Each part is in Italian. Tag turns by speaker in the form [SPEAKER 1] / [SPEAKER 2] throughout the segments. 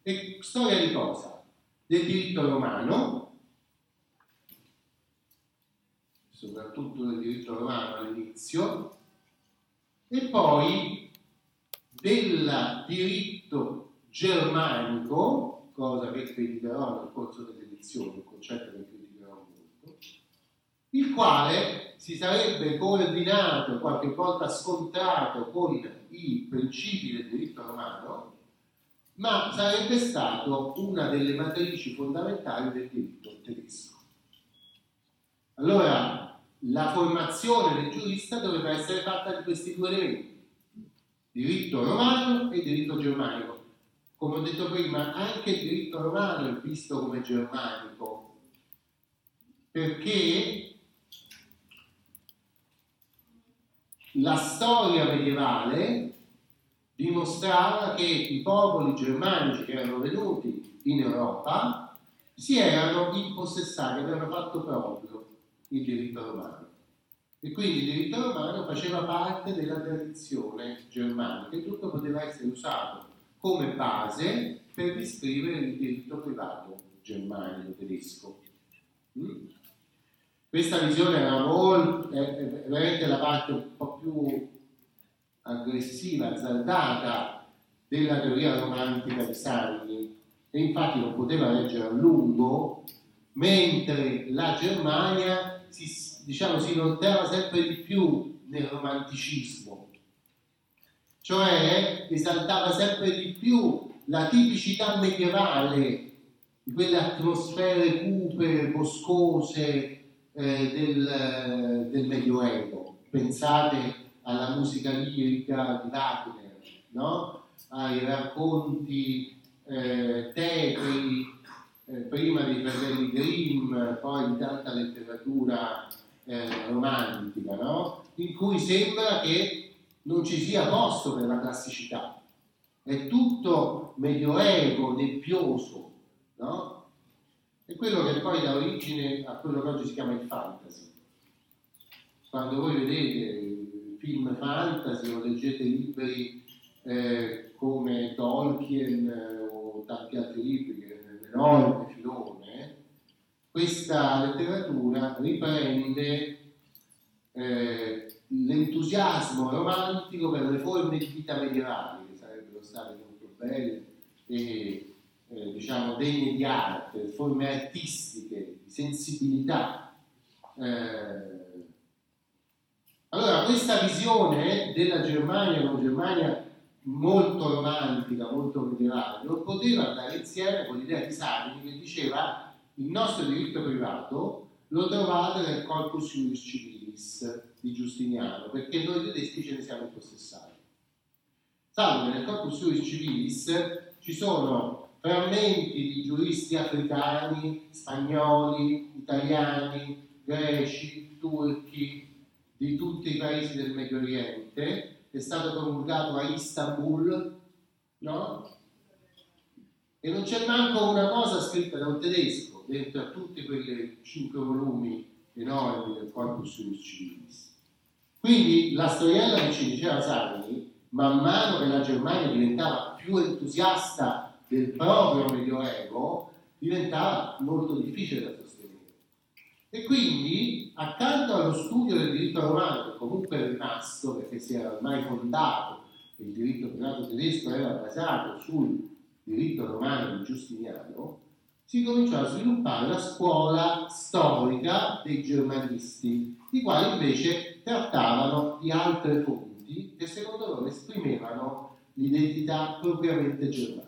[SPEAKER 1] E storia di cosa? Del diritto romano, soprattutto del diritto romano all'inizio, e poi del diritto germanico, cosa che criticherò nel corso delle lezioni, un concetto che criticherò molto, il quale si sarebbe coordinato, qualche volta scontrato con i principi del diritto romano, ma sarebbe stato una delle matrici fondamentali del diritto tedesco. Allora, la formazione del giurista doveva essere fatta di questi due elementi, diritto romano e diritto germanico. Come ho detto prima, anche il diritto romano è visto come germanico, perché la storia medievale dimostrava che i popoli germanici che erano venuti in Europa si erano impossessati, avevano fatto proprio il diritto romano. E quindi il diritto romano faceva parte della tradizione germanica e tutto poteva essere usato come base per descrivere il diritto privato germanico tedesco. Questa visione era è veramente la parte un po' più aggressiva, azzardata della teoria romantica di Sarri, e infatti non poteva leggere a lungo, mentre la Germania si inoltrava sempre di più nel romanticismo, cioè esaltava sempre di più la tipicità medievale di quelle atmosfere cupe, boscose del Medioevo. Pensate alla musica lirica di Wagner, no? Ai racconti tetri, prima dei fratelli Grimm, poi di tanta letteratura romantica, no? In cui sembra che non ci sia posto per la classicità, è tutto medioevo, nebbioso, no? È quello che poi dà origine a quello che oggi si chiama il fantasy. Quando voi vedete film fantasy o leggete libri come Tolkien o tanti altri libri che è un enorme filone, questa letteratura riprende l'entusiasmo romantico per le forme di vita medievali, che sarebbero state molto belle e degne di arte, forme artistiche, di sensibilità. Allora, questa visione della Germania, una Germania molto romantica, molto medievale, non poteva andare insieme con l'idea di Salvini che diceva: il nostro diritto privato lo trovate nel Corpus Iuris Civilis di Giustiniano, perché noi tedeschi ce ne siamo impossessati. Salvo che nel Corpus Iuris Civilis ci sono frammenti di giuristi africani, spagnoli, italiani, greci, turchi, di tutti i paesi del Medio Oriente. È stato promulgato a Istanbul, no? E non c'è manco una cosa scritta da un tedesco dentro a tutti quei 5 volumi enormi del Corpus Iuris Civilis. Quindi la storiella che ci diceva Salvini, man mano che la Germania diventava più entusiasta del proprio Medioevo, diventava molto difficile da sostenere. E quindi, accanto allo studio del diritto romano, che comunque è rimasto, perché si era ormai fondato, il diritto privato tedesco era basato sul diritto romano di Giustiniano, si cominciò a sviluppare la scuola storica dei germanisti, i quali invece trattavano di altre fonti che secondo loro esprimevano l'identità propriamente germanica.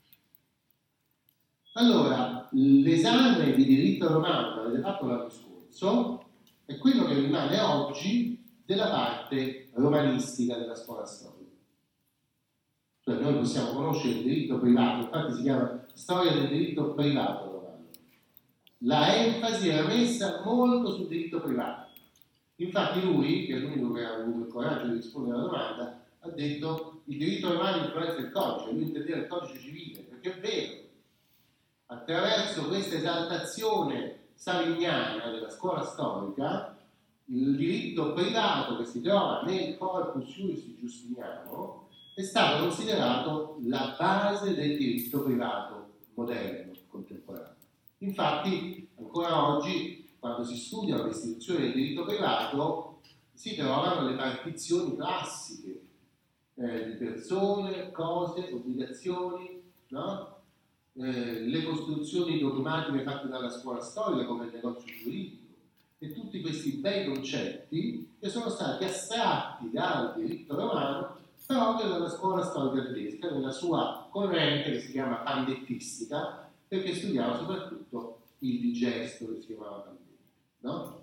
[SPEAKER 1] Allora, l'esame di diritto romano che avete fatto l'anno scorso è quello che rimane oggi della parte romanistica della scuola storica. Cioè noi possiamo conoscere il diritto privato, infatti si chiama storia del diritto privato romano. La enfasi era messa molto sul diritto privato. Infatti lui, che è l'unico che ha avuto il coraggio di rispondere alla domanda, ha detto: il diritto romano influenza il codice, lui intendeva il codice civile, perché è vero. Attraverso questa esaltazione savignana della scuola storica, il diritto privato che si trova nel Corpus Iuris di Giustiniano è stato considerato la base del diritto privato moderno, contemporaneo. Infatti, ancora oggi, quando si studiano le istituzioni del diritto privato, si trovano le partizioni classiche di persone, cose, obbligazioni, no? Le costruzioni dogmatiche fatte dalla scuola storica come il negozio giuridico e tutti questi bei concetti che sono stati astratti dal diritto romano proprio dalla scuola storica tedesca nella sua corrente che si chiama pandettistica, perché studiava soprattutto il digesto che si chiamava pandettica, no?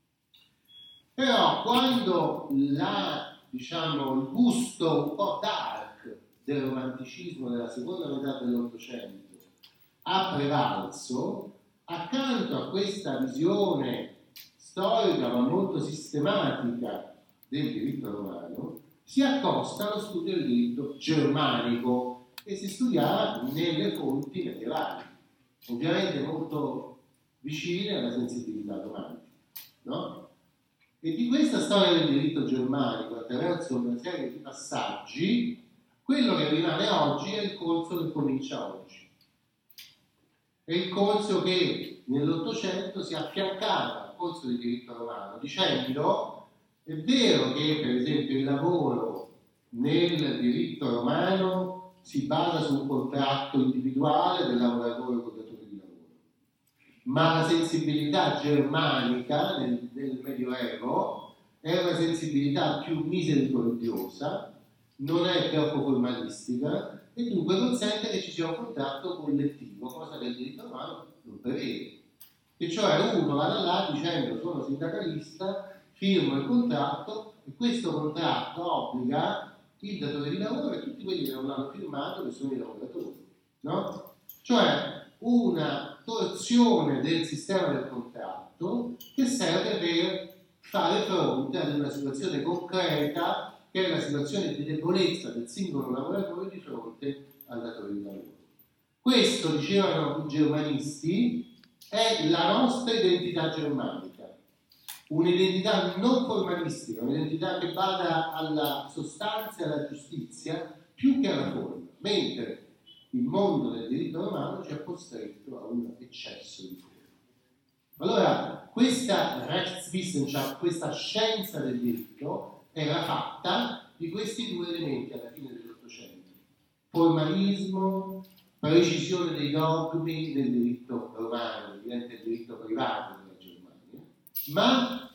[SPEAKER 1] Però quando il gusto un po' dark del romanticismo della seconda metà dell'Ottocento ha prevalso, accanto a questa visione storica ma molto sistematica del diritto romano, si accosta allo studio del diritto germanico che si studiava nelle fonti medievali, ovviamente molto vicine alla sensibilità romantica, no? E di questa storia del diritto germanico, attraverso una serie di passaggi, quello che rimane oggi è il corso che comincia oggi. È il corso che nell'Ottocento si affiancava al corso del diritto romano, dicendo: è vero che per esempio il lavoro nel diritto romano si basa su un contratto individuale del lavoratore con il datore di lavoro, ma la sensibilità germanica nel Medioevo è una sensibilità più misericordiosa, non è troppo formalistica e dunque consente che ci sia un contratto collettivo, cosa che il diritto romano non prevede. E cioè uno va da là dicendo: sono sindacalista, firmo il contratto e questo contratto obbliga il datore di lavoro e tutti quelli che non l'hanno firmato, che sono i lavoratori, no? Cioè una torsione del sistema del contratto che serve per fare fronte ad una situazione concreta che è la situazione di debolezza del singolo lavoratore di fronte al datore di lavoro. Questo, dicevano i germanisti, è la nostra identità germanica, un'identità non formalistica, un'identità che bada alla sostanza e alla giustizia più che alla forma, mentre il mondo del diritto romano ci ha costretto a un eccesso di forma. Allora, questa Rechtswissenschaft, questa scienza del diritto, era fatta di questi due elementi alla fine dell'Ottocento: formalismo, precisione dei dogmi del diritto romano, diventa il diritto privato della Germania, ma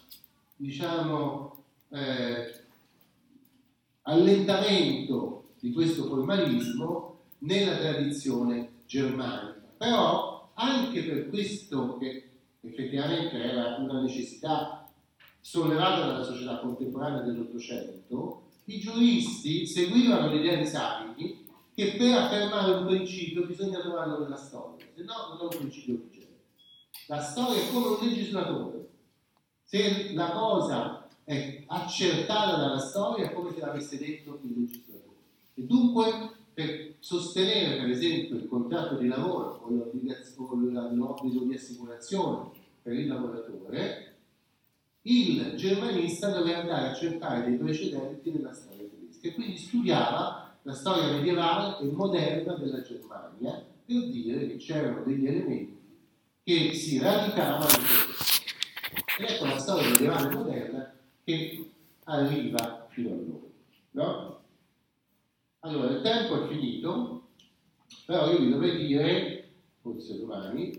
[SPEAKER 1] allentamento di questo formalismo nella tradizione germanica. Però anche per questo, che effettivamente era una necessità sollevata dalla società contemporanea dell'Ottocento, i giuristi seguivano l'idea di Savigny che per affermare un principio bisogna trovarlo nella storia, se no non è un principio vigente. La storia è come un legislatore: se la cosa è accertata dalla storia è come se l'avesse detto il legislatore. E dunque, per sostenere per esempio il contratto di lavoro o l'obbligo di assicurazione per il lavoratore, il germanista doveva andare a cercare dei precedenti nella storia tedesca e quindi studiava la storia medievale e moderna della Germania per dire che c'erano degli elementi che si radicavano in questo. Ed ecco la storia medievale e moderna che arriva fino a noi, no? Allora, il tempo è finito, però io vi dovrei dire, forse domani,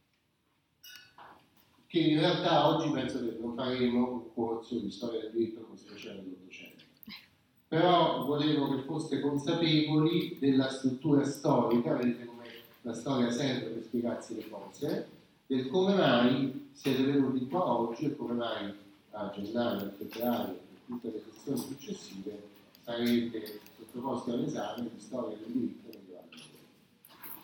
[SPEAKER 1] che in realtà oggi penso che non faremo un corso di storia del diritto come si faceva nell'Ottocento. Però volevo che foste consapevoli della struttura storica, vedete come la storia serve per spiegarsi le cose, del come mai siete venuti qua oggi e come mai a gennaio, a febbraio e tutte le sessioni successive sarete sottoposti all'esame di storia del diritto